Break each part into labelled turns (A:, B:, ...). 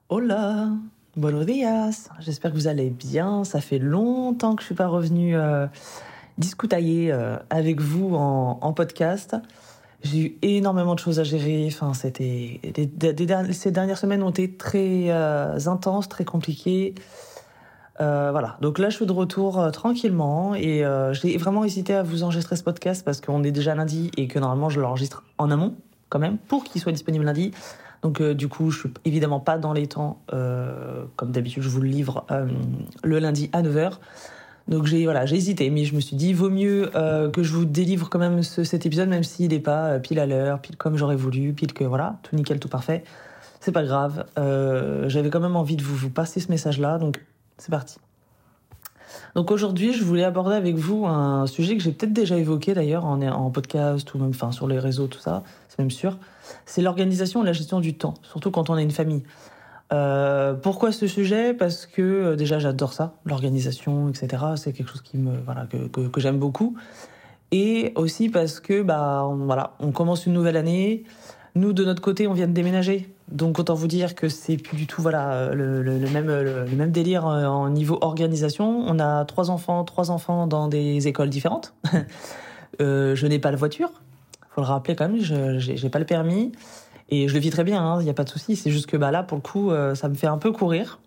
A: Hola, buenos días. J'espère que vous allez bien. Ça fait longtemps que je suis pas revenue discutailler avec vous en podcast. J'ai eu énormément de choses à gérer. Enfin, ces dernières semaines ont été très intenses, très compliquées. Voilà. Donc là, je suis de retour tranquillement et j'ai vraiment hésité à vous enregistrer ce podcast parce qu'on est déjà lundi et que normalement je l'enregistre en amont quand même pour qu'il soit disponible lundi. Donc du coup, je suis évidemment pas dans les temps. Comme d'habitude, je vous le livre le lundi à 9h. Donc j'ai hésité, mais je me suis dit, vaut mieux que je vous délivre quand même cet épisode, même s'il n'est pas pile à l'heure, pile comme j'aurais voulu, pile que voilà, tout nickel, tout parfait. C'est pas grave. J'avais quand même envie de vous passer ce message-là, donc c'est parti. Donc aujourd'hui, je voulais aborder avec vous un sujet que j'ai peut-être déjà évoqué d'ailleurs en podcast ou même sur les réseaux, tout ça, c'est même sûr. C'est l'organisation et la gestion du temps, surtout quand on a une famille. Pourquoi ce sujet ? Parce que déjà j'adore ça, l'organisation, etc. C'est quelque chose que j'aime beaucoup. Et aussi parce que on commence une nouvelle année. Nous de notre côté, on vient de déménager, donc autant vous dire que c'est plus du tout le même délire en niveau organisation. On a trois enfants dans des écoles différentes. Je n'ai pas la voiture, faut le rappeler quand même. J'ai pas le permis. Et je le vis très bien, il n'y a pas de souci. C'est juste que là, pour le coup, ça me fait un peu courir.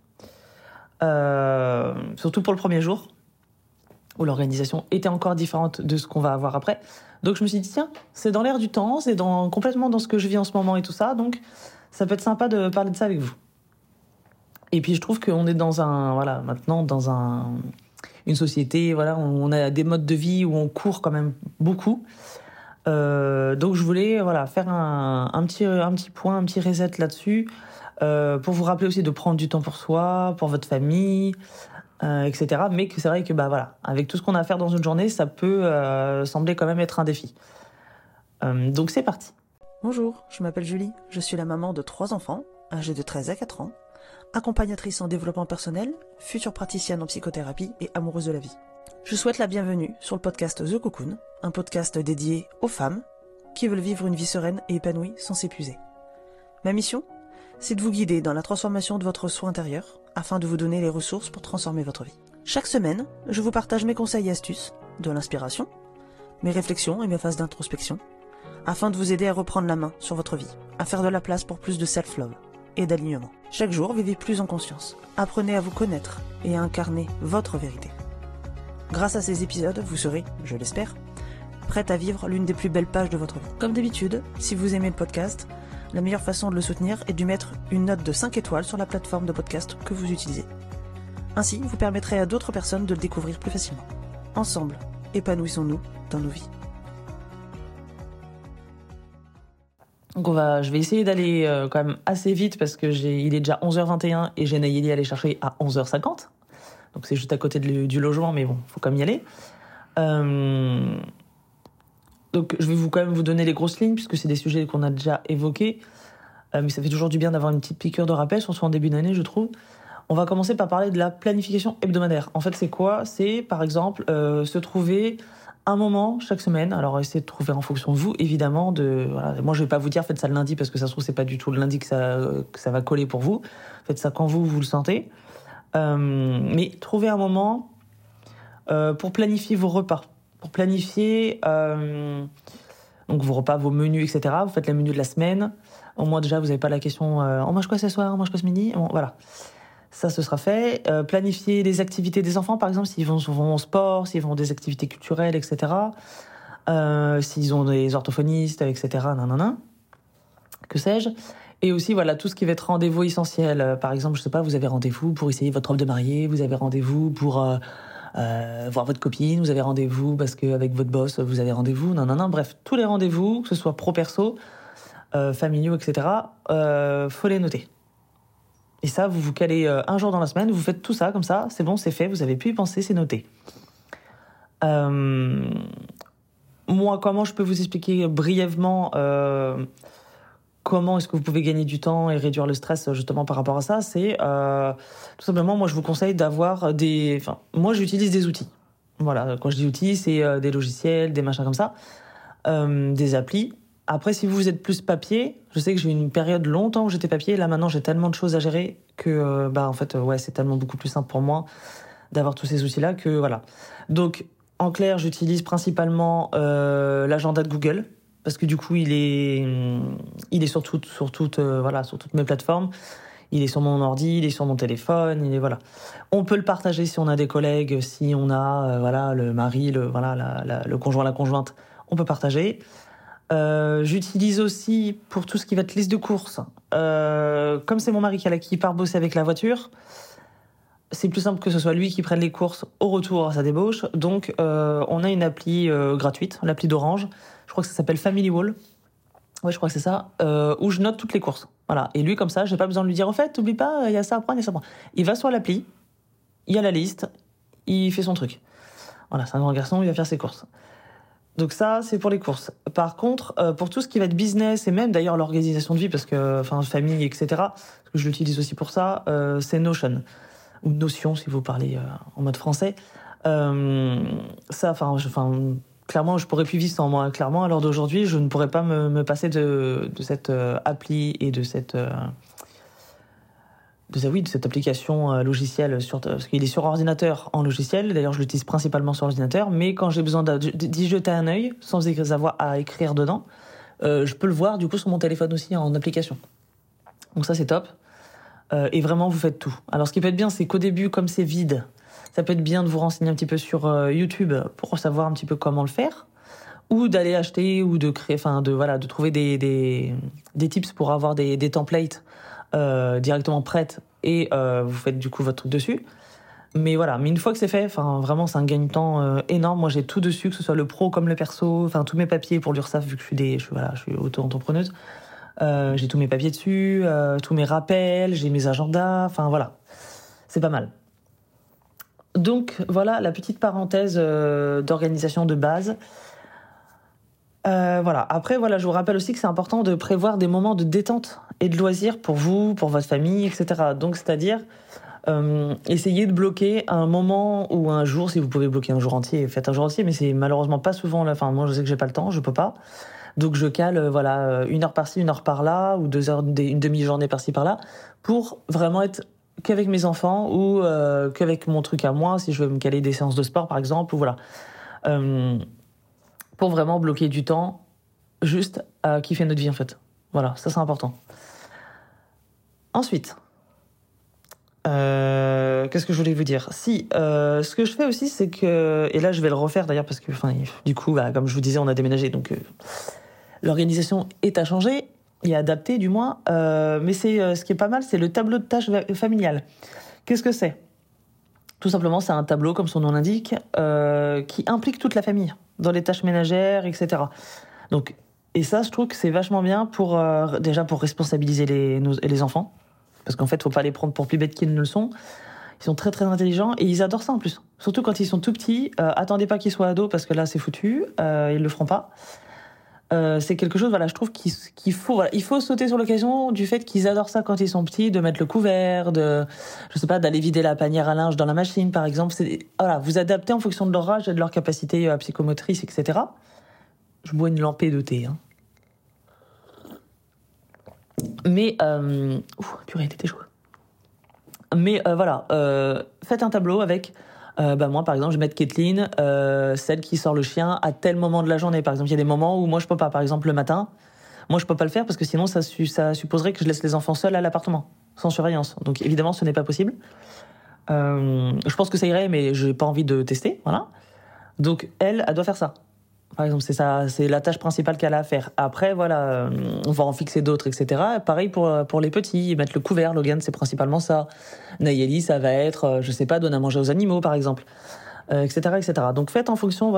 A: Surtout pour le premier jour, où l'organisation était encore différente de ce qu'on va avoir après. Donc je me suis dit, tiens, c'est dans l'air du temps, c'est complètement dans ce que je vis en ce moment et tout ça. Donc ça peut être sympa de parler de ça avec vous. Et puis je trouve qu'on est maintenant dans une société, où on a des modes de vie où on court quand même beaucoup. Donc je voulais faire un petit point, un petit reset là-dessus, pour vous rappeler aussi de prendre du temps pour soi, pour votre famille, etc. Mais que c'est vrai que avec tout ce qu'on a à faire dans une journée, ça peut sembler quand même être un défi. Donc c'est parti.
B: Bonjour, je m'appelle Julie, je suis la maman de 3 enfants, âgés de 13 à 4 ans, accompagnatrice en développement personnel, future praticienne en psychothérapie et amoureuse de la vie. Je souhaite la bienvenue sur le podcast The Cocoon, un podcast dédié aux femmes qui veulent vivre une vie sereine et épanouie sans s'épuiser. Ma mission, c'est de vous guider dans la transformation de votre soi intérieur afin de vous donner les ressources pour transformer votre vie. Chaque semaine, je vous partage mes conseils et astuces, de l'inspiration, mes réflexions et mes phases d'introspection, afin de vous aider à reprendre la main sur votre vie, à faire de la place pour plus de self-love et d'alignement. Chaque jour, vivez plus en conscience. Apprenez à vous connaître et à incarner votre vérité. Grâce à ces épisodes, vous serez, je l'espère, prête à vivre l'une des plus belles pages de votre vie. Comme d'habitude, si vous aimez le podcast, la meilleure façon de le soutenir est de lui mettre une note de 5 étoiles sur la plateforme de podcast que vous utilisez. Ainsi, vous permettrez à d'autres personnes de le découvrir plus facilement. Ensemble, épanouissons-nous dans nos vies.
A: Donc je vais essayer d'aller quand même assez vite parce que il est déjà 11h21 et j'ai Nayeli à aller chercher à 11h50. Donc c'est juste à côté du logement, mais bon, faut quand même y aller. Donc je vais quand même vous donner les grosses lignes puisque c'est des sujets qu'on a déjà évoqués. Mais ça fait toujours du bien d'avoir une petite piqûre de rappel, surtout en début d'année, je trouve. On va commencer par parler de la planification hebdomadaire. En fait, c'est quoi ? C'est, par exemple, se trouver un moment chaque semaine. Alors, essayez de trouver en fonction de vous, évidemment. Moi, je vais pas vous dire faites ça le lundi parce que ça se trouve c'est pas du tout le lundi que ça va coller pour vous. Faites ça quand vous le sentez. Mais trouvez un moment pour planifier vos repas, pour planifier donc vos repas, vos menus, etc. Vous faites les menus de la semaine. Au moins déjà, vous n'avez pas la question on mange quoi ce soir, on mange quoi ce midi. Bon, voilà. Ça, ce sera fait. Planifier les activités des enfants, par exemple, s'ils vont au sport, s'ils vont des activités culturelles, etc. S'ils ont des orthophonistes, etc. Que sais-je. Et aussi, tout ce qui va être rendez-vous essentiel. Par exemple, je sais pas, vous avez rendez-vous pour essayer votre robe de mariée, vous avez rendez-vous pour voir votre copine, vous avez rendez-vous parce qu'avec votre boss, vous avez rendez-vous. Bref, tous les rendez-vous, que ce soit pro-perso, familiaux, etc., faut les noter. Et ça, vous vous calez un jour dans la semaine, vous faites tout ça, comme ça, c'est bon, c'est fait, vous avez pu y penser, c'est noté. Moi, comment je peux vous expliquer brièvement comment est-ce que vous pouvez gagner du temps et réduire le stress justement par rapport à ça ? C'est tout simplement, moi je vous conseille d'avoir moi j'utilise des outils. Voilà, quand je dis outils, c'est des logiciels, des machins comme ça, des applis. Après, si vous êtes plus papier, je sais que j'ai eu une période longtemps où j'étais papier. Là, maintenant, j'ai tellement de choses à gérer que, en fait, ouais, c'est tellement beaucoup plus simple pour moi d'avoir tous ces outils-là que, voilà. Donc, en clair, j'utilise principalement l'agenda de Google parce que du coup, il est sur toutes mes plateformes. Il est sur mon ordi, il est sur mon téléphone, voilà. On peut le partager si on a des collègues, si on a le mari, le conjoint, la conjointe, on peut partager. J'utilise aussi pour tout ce qui va être liste de courses. Comme c'est mon mari qui part bosser avec la voiture, c'est plus simple que ce soit lui qui prenne les courses au retour à sa débauche. Donc, on a une appli gratuite, l'appli d'Orange. Je crois que ça s'appelle Family Wall. Ouais, je crois que c'est ça. Où je note toutes les courses. Voilà. Et lui, comme ça, j'ai pas besoin de lui dire, au fait, t'oublies pas, il y a ça à prendre, il y a ça à prendre. Il va sur l'appli, il y a la liste, il fait son truc. Voilà, c'est un grand garçon, il va faire ses courses. Donc ça, c'est pour les courses. Par contre, pour tout ce qui va être business et même d'ailleurs l'organisation de vie, parce que, famille, etc., parce que je l'utilise aussi pour ça, c'est Notion. Ou Notion, si vous parlez en mode français. Clairement, je pourrais plus vivre sans moi. Clairement, à l'heure d'aujourd'hui, je ne pourrais pas me passer de cette appli et de cette application logicielle parce qu'il est sur ordinateur en logiciel. D'ailleurs, je l'utilise principalement sur ordinateur. Mais quand j'ai besoin d'y jeter un œil, sans avoir à écrire dedans, je peux le voir du coup sur mon téléphone aussi en application. Donc ça, c'est top. Et vraiment, vous faites tout. Alors, ce qui peut être bien, c'est qu'au début, comme c'est vide, ça peut être bien de vous renseigner un petit peu sur YouTube pour savoir un petit peu comment le faire, ou d'aller acheter ou de créer, de trouver des tips pour avoir des templates directement prêtes et vous faites du coup votre truc dessus. Mais voilà, mais une fois que c'est fait, vraiment c'est un gain de temps énorme. Moi j'ai tout dessus, que ce soit le pro comme le perso, tous mes papiers pour l'URSSAF vu que je suis auto-entrepreneuse. J'ai tous mes papiers dessus, tous mes rappels, j'ai mes agendas, voilà, c'est pas mal. Donc voilà la petite parenthèse d'organisation de base. Voilà. Après, je vous rappelle aussi que c'est important de prévoir des moments de détente et de loisirs pour vous, pour votre famille, etc. Donc, c'est-à-dire, essayez de bloquer un moment ou un jour, si vous pouvez bloquer un jour entier, faites un jour entier, mais c'est malheureusement pas souvent là. Moi, je sais que j'ai pas le temps, je peux pas. Donc, je cale, 1 heure par-ci, 1 heure par-là, ou 2 heures, une demi-journée par-ci, par-là, pour vraiment être qu'avec mes enfants ou qu'avec mon truc à moi, si je veux me caler des séances de sport, par exemple, ou voilà. Pour vraiment bloquer du temps juste à kiffer notre vie, en fait. Voilà, ça c'est important. Ensuite, qu'est-ce que je voulais vous dire ? Ce que je fais aussi, c'est que, et là je vais le refaire d'ailleurs parce que, du coup, comme je vous disais, on a déménagé, donc l'organisation est à changer et adaptée du moins. Mais ce qui est pas mal, c'est le tableau de tâches familiales. Qu'est-ce que c'est ? Tout simplement, c'est un tableau, comme son nom l'indique, qui implique toute la famille dans les tâches ménagères, etc. Donc, et ça, je trouve que c'est vachement bien déjà pour responsabiliser les enfants, parce qu'en fait, faut pas les prendre pour plus bêtes qu'ils ne le sont. Ils sont très très intelligents et ils adorent ça en plus. Surtout quand ils sont tout petits. Attendez pas qu'ils soient ados parce que là, c'est foutu. Ils le feront pas. C'est quelque chose, je trouve qu'il faut sauter sur l'occasion du fait qu'ils adorent ça quand ils sont petits, de mettre le couvert, d'aller vider la panière à linge dans la machine, par exemple. Vous adaptez en fonction de leur âge et de leur capacité psychomotrice, etc. Je bois une lampée de thé. Hein. Mais, purée, t'étais chaud. Mais faites un tableau avec... moi, par exemple, je vais mettre Kathleen, celle qui sort le chien, à tel moment de la journée. Par exemple, il y a des moments où moi, je peux pas. Par exemple, le matin, moi, je peux pas le faire parce que sinon, ça supposerait que je laisse les enfants seuls à l'appartement, sans surveillance. Donc, évidemment, ce n'est pas possible. Je pense que ça irait, mais j'ai pas envie de tester. Voilà. Donc, elle doit faire ça. Par exemple, c'est la tâche principale qu'elle a à faire. Après, on va en fixer d'autres, etc. Pareil pour les petits, mettre le couvert. Logan, c'est principalement ça. Nayeli, ça va être, donner à manger aux animaux, par exemple, etc., etc. Donc, faites en fonction,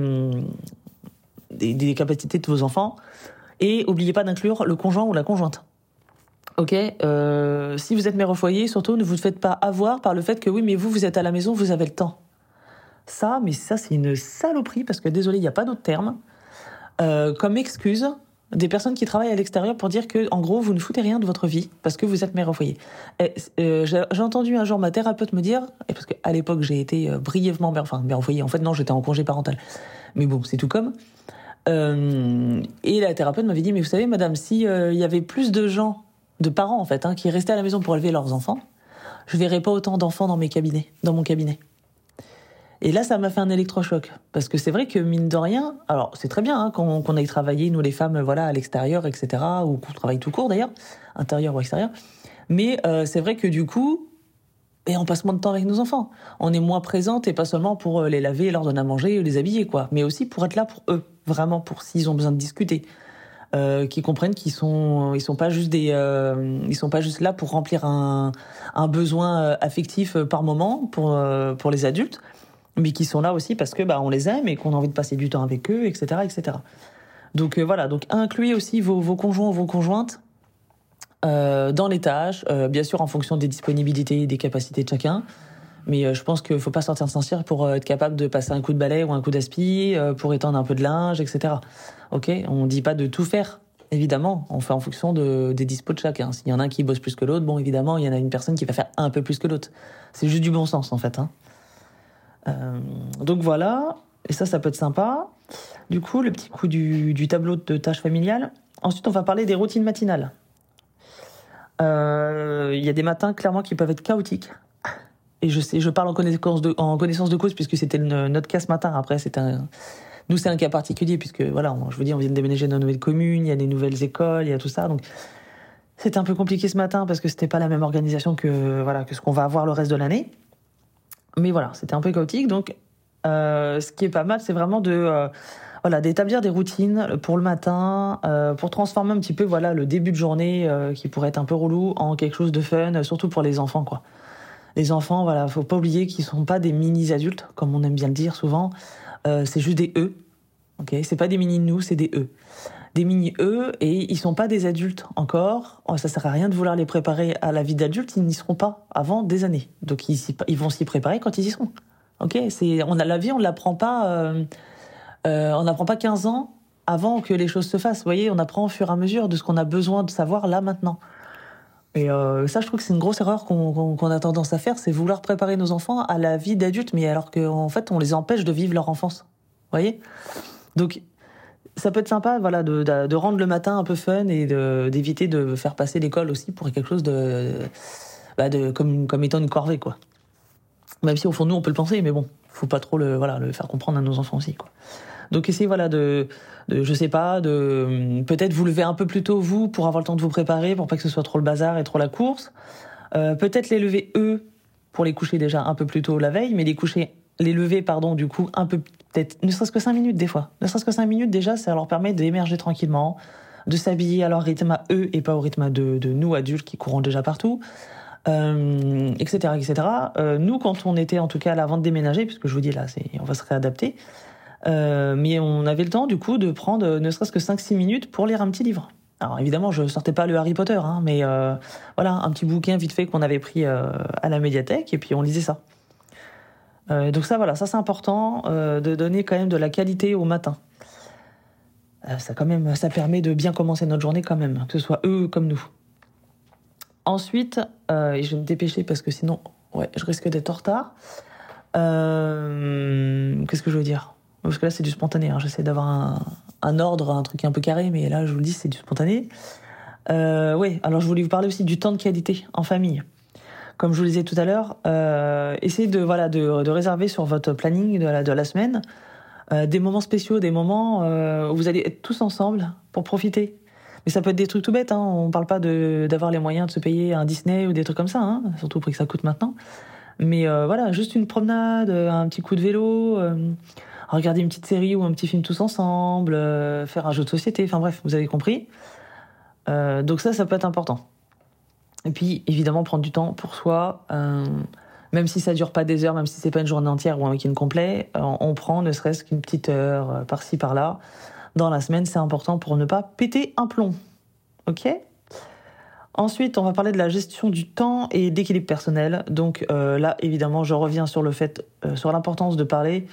A: des capacités de vos enfants. Et n'oubliez pas d'inclure le conjoint ou la conjointe. Ok, si vous êtes mère au foyer, surtout, ne vous faites pas avoir par le fait que oui, mais vous êtes à la maison, vous avez le temps. Ça, c'est une saloperie, parce que, désolé, il n'y a pas d'autre terme, comme excuse des personnes qui travaillent à l'extérieur pour dire que, en gros, vous ne foutez rien de votre vie parce que vous êtes mère au foyer. J'ai entendu un jour ma thérapeute me dire, et parce qu'à l'époque, j'ai été brièvement mère au foyer. En fait, non, j'étais en congé parental. Mais bon, c'est tout comme. Et la thérapeute m'avait dit, mais vous savez, madame, si il y avait plus de gens, de parents en fait, qui restaient à la maison pour élever leurs enfants, je verrais pas autant d'enfants dans mon cabinet. Et là, ça m'a fait un électrochoc. Parce que c'est vrai que, mine de rien, alors c'est très bien qu'on aille travailler, nous les femmes, voilà, à l'extérieur, etc., ou qu'on travaille tout court d'ailleurs, intérieur ou extérieur. Mais c'est vrai que du coup, on passe moins de temps avec nos enfants. On est moins présente, et pas seulement pour les laver, leur donner à manger, les habiller, quoi. Mais aussi pour être là pour eux, vraiment, pour s'ils ont besoin de discuter. Qu'ils comprennent qu'ils sont pas juste ils sont pas juste là pour remplir un besoin affectif par moment pour les adultes, mais qui sont là aussi parce que on les aime et qu'on a envie de passer du temps avec eux, etc., etc. Donc voilà, donc incluez aussi vos conjoints ou vos conjointes dans les tâches, bien sûr en fonction des disponibilités et des capacités de chacun. Mais je pense qu'il faut pas sortir de Saint-Cyr pour être capable de passer un coup de balai ou un coup d'aspi, pour étendre un peu de linge, etc. Ok, on dit pas de tout faire. Évidemment, on fait en fonction des dispos de chacun. S'il y en a un qui bosse plus que l'autre, bon, évidemment, il y en a une personne qui va faire un peu plus que l'autre. C'est juste du bon sens, en fait. Donc voilà, et ça peut être sympa. Du coup, le petit coup du tableau de tâches familiales. Ensuite, on va parler des routines matinales. Il y a des matins, clairement, qui peuvent être chaotiques. Et je parle en connaissance de cause, puisque c'était notre cas ce matin. Après, nous, c'est un cas particulier, puisque, voilà, je vous dis, on vient de déménager dans une nouvelle commune, il y a des nouvelles écoles, il y a tout ça. Donc, c'était un peu compliqué ce matin, parce que c'était pas la même organisation que ce qu'on va avoir le reste de l'année. Mais voilà, c'était un peu chaotique. Donc, ce qui est pas mal, c'est vraiment d'établir des routines pour le matin, pour transformer un petit peu, le début de journée, qui pourrait être un peu relou, en quelque chose de fun, surtout pour les enfants, quoi. Les enfants, faut pas oublier qu'ils sont pas des mini-adultes, comme on aime bien le dire souvent. C'est juste des eux. Ok, c'est pas des mini-nous, c'est des eux. Des mini-eux, et ils sont pas des adultes encore. Ça sert à rien de vouloir les préparer à la vie d'adulte, ils n'y seront pas avant des années. Donc ils vont s'y préparer quand ils y seront. Ok, la vie, on l'apprend pas. On n'apprend pas 15 ans avant que les choses se fassent. Vous voyez, on apprend au fur et à mesure de ce qu'on a besoin de savoir là maintenant. Et ça, je trouve que c'est une grosse erreur qu'on a tendance à faire, c'est vouloir préparer nos enfants à la vie d'adulte, mais alors qu'en fait, on les empêche de vivre leur enfance. Vous voyez ? Donc, ça peut être sympa, de rendre le matin un peu fun et d'éviter de faire passer l'école aussi pour quelque chose comme étant une corvée, quoi. Même si au fond, nous, on peut le penser, mais bon, faut pas trop le faire comprendre à nos enfants aussi, quoi. Donc essayez je sais pas, peut-être vous lever un peu plus tôt vous pour avoir le temps de vous préparer, pour pas que ce soit trop le bazar et trop la course. Peut-être les lever eux pour les coucher déjà un peu plus tôt la veille, mais les lever du coup un peu, peut-être ne serait-ce que 5 minutes des fois. Ne serait-ce que 5 minutes déjà, ça leur permet d'émerger tranquillement, de s'habiller à leur rythme à eux et pas au rythme de nous adultes qui courons déjà partout. Etc., etc. Nous, quand on était en tout cas là avant de déménager, puisque je vous dis là, on va se réadapter. Mais on avait le temps, du coup, de prendre ne serait-ce que 5-6 minutes pour lire un petit livre. Alors, évidemment, je sortais pas le Harry Potter, mais un petit bouquin vite fait qu'on avait pris à la médiathèque, et puis on lisait ça. Donc ça, c'est important, de donner quand même de la qualité au matin. Ça permet de bien commencer notre journée quand même, que ce soit eux comme nous. Ensuite, et je vais me dépêcher parce que sinon, je risque d'être en retard. Qu'est-ce que je veux dire ? Parce que là, c'est du spontané. J'essaie d'avoir un ordre, un truc un peu carré, mais là, je vous le dis, c'est du spontané. Alors je voulais vous parler aussi du temps de qualité en famille. Comme je vous le disais tout à l'heure, essayez de réserver sur votre planning de la semaine des moments spéciaux, des moments où vous allez être tous ensemble pour profiter. Mais ça peut être des trucs tout bêtes. On parle pas d'avoir les moyens de se payer un Disney ou des trucs comme ça, surtout au prix que ça coûte maintenant. Mais juste une promenade, un petit coup de vélo, regarder une petite série ou un petit film tous ensemble, faire un jeu de société, enfin bref, vous avez compris. Donc ça peut être important. Et puis, évidemment, prendre du temps pour soi, même si ça dure pas des heures, même si c'est pas une journée entière ou un week-end complet, on prend ne serait-ce qu'une petite heure par-ci, par-là. Dans la semaine, c'est important pour ne pas péter un plomb. Ok ? Ensuite, on va parler de la gestion du temps et d'équilibre personnel. Donc là, évidemment, je reviens sur sur l'importance de parler,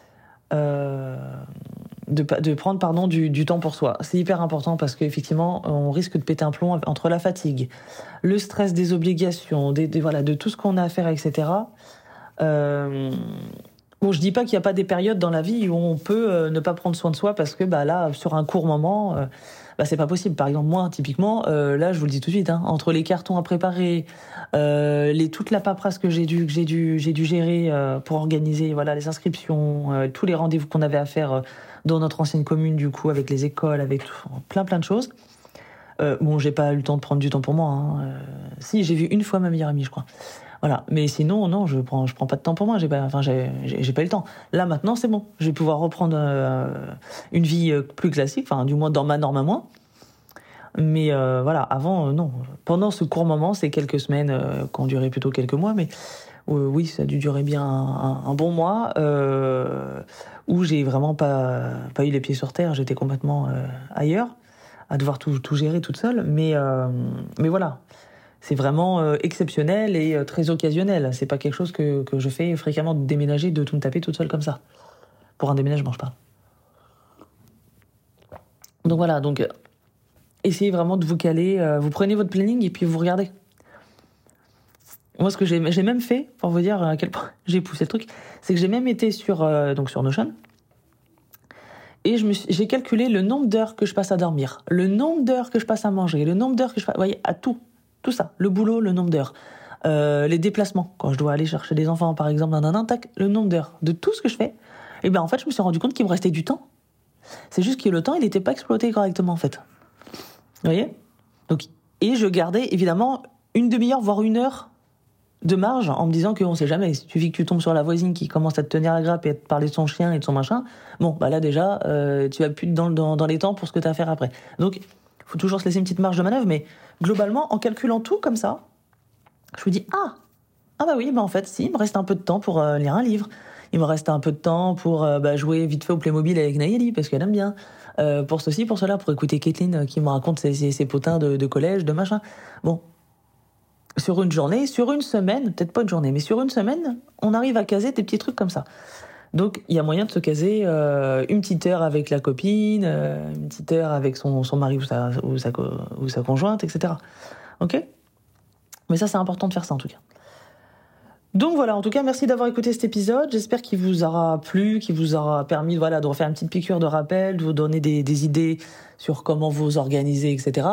A: de prendre du temps pour soi. C'est hyper important parce qu'effectivement, on risque de péter un plomb entre la fatigue, le stress des obligations, de tout ce qu'on a à faire, etc. Bon, je dis pas qu'il n'y a pas des périodes dans la vie où on peut ne pas prendre soin de soi parce que là, sur un court moment, c'est pas possible. Par exemple, moi, typiquement, là, je vous le dis tout de suite, hein, entre les cartons à préparer, toute la paperasse que j'ai dû gérer pour organiser, voilà, les inscriptions, tous les rendez-vous qu'on avait à faire dans notre ancienne commune, du coup, avec les écoles, avec plein de choses. J'ai pas eu le temps de prendre du temps pour moi. Hein. Si, j'ai vu une fois ma meilleure amie, je crois. Voilà. Mais sinon, non, je prends pas de temps pour moi. J'ai pas eu le temps. Là, maintenant, c'est bon. Je vais pouvoir reprendre une vie plus classique, enfin, du moins dans ma norme à moi. Mais voilà, avant, non. Pendant ce court moment, ces quelques semaines qui ont duré plutôt quelques mois, mais oui, ça a dû durer bien un bon mois, où j'ai vraiment pas eu les pieds sur terre. J'étais complètement ailleurs, à devoir tout gérer toute seule. Mais voilà. C'est vraiment exceptionnel et très occasionnel. C'est pas quelque chose que je fais fréquemment, de déménager, de tout me taper toute seule comme ça. Pour un déménagement, je parle. Donc voilà, essayez vraiment de vous caler. Vous prenez votre planning et puis vous regardez. Moi, ce que j'ai même fait, pour vous dire à quel point j'ai poussé le truc, c'est que j'ai même été sur Notion. Et j'ai calculé le nombre d'heures que je passe à dormir, le nombre d'heures que je passe à manger, le nombre d'heures que je passe... Vous voyez, à tout ça, le boulot, le nombre d'heures, les déplacements, quand je dois aller chercher des enfants, par exemple, le nombre d'heures, de tout ce que je fais, et bien en fait, je me suis rendu compte qu'il me restait du temps. C'est juste que le temps, il n'était pas exploité correctement, en fait. Vous voyez ? Et je gardais, évidemment, une demi-heure, voire une heure de marge, en me disant qu'on sait jamais, il suffit que tu tombes sur la voisine qui commence à te tenir la grappe et à te parler de son chien et de son machin, là déjà, tu vas plus dans les temps pour ce que tu as à faire après. Donc, faut toujours se laisser une petite marge de manœuvre, mais globalement, en calculant tout comme ça, je me dis, en fait, si, il me reste un peu de temps pour lire un livre, il me reste un peu de temps pour jouer vite fait au Playmobil avec Nayeli, parce qu'elle aime bien, pour ceci, pour cela, pour écouter Kathleen qui me raconte ses potins de collège, de machin. Bon, sur une journée, sur une semaine, peut-être pas une journée, mais sur une semaine, on arrive à caser des petits trucs comme ça. Donc, il y a moyen de se caser une petite heure avec la copine, une petite heure avec son mari ou sa conjointe, etc. Ok ? Mais ça, c'est important de faire ça, en tout cas. Donc voilà, en tout cas, merci d'avoir écouté cet épisode. J'espère qu'il vous aura plu, qu'il vous aura permis de refaire une petite piqûre de rappel, de vous donner des idées sur comment vous organiser, etc.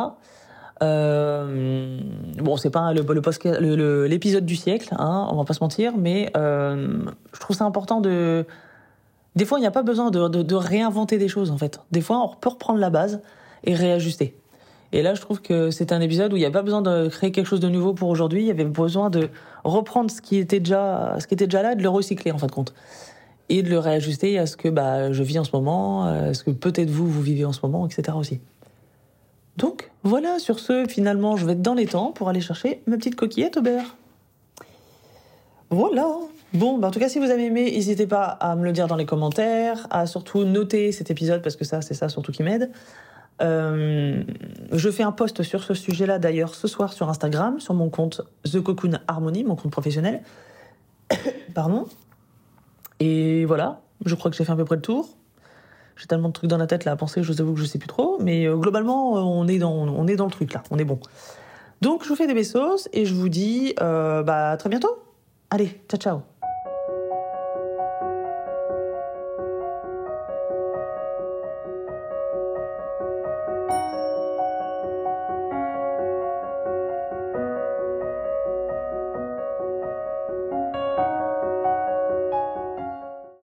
A: C'est pas l'épisode du siècle, hein, on va pas se mentir, mais je trouve ça important de... Des fois, il n'y a pas besoin de réinventer des choses, en fait. Des fois, on peut reprendre la base et réajuster. Et là, je trouve que c'est un épisode où il n'y a pas besoin de créer quelque chose de nouveau pour aujourd'hui. Il y avait besoin de reprendre ce qui était déjà là et de le recycler, en fin de compte. Et de le réajuster à ce que je vis en ce moment, à ce que peut-être vous vivez en ce moment, etc. aussi. Donc, voilà, sur ce, finalement, je vais être dans les temps pour aller chercher ma petite coquillette au beurre. Voilà. Bon, en tout cas, si vous avez aimé, n'hésitez pas à me le dire dans les commentaires, à surtout noter cet épisode, parce que c'est ça surtout qui m'aide. Je fais un post sur ce sujet-là, d'ailleurs, ce soir sur Instagram, sur mon compte The Cocoon Harmony, mon compte professionnel. Pardon. Et voilà, je crois que j'ai fait à peu près le tour. J'ai tellement de trucs dans la tête là à penser, je vous avoue que je sais plus trop, mais globalement on est dans le truc là, on est bon. Donc je vous fais des bisous et je vous dis à très bientôt. Allez, ciao ciao.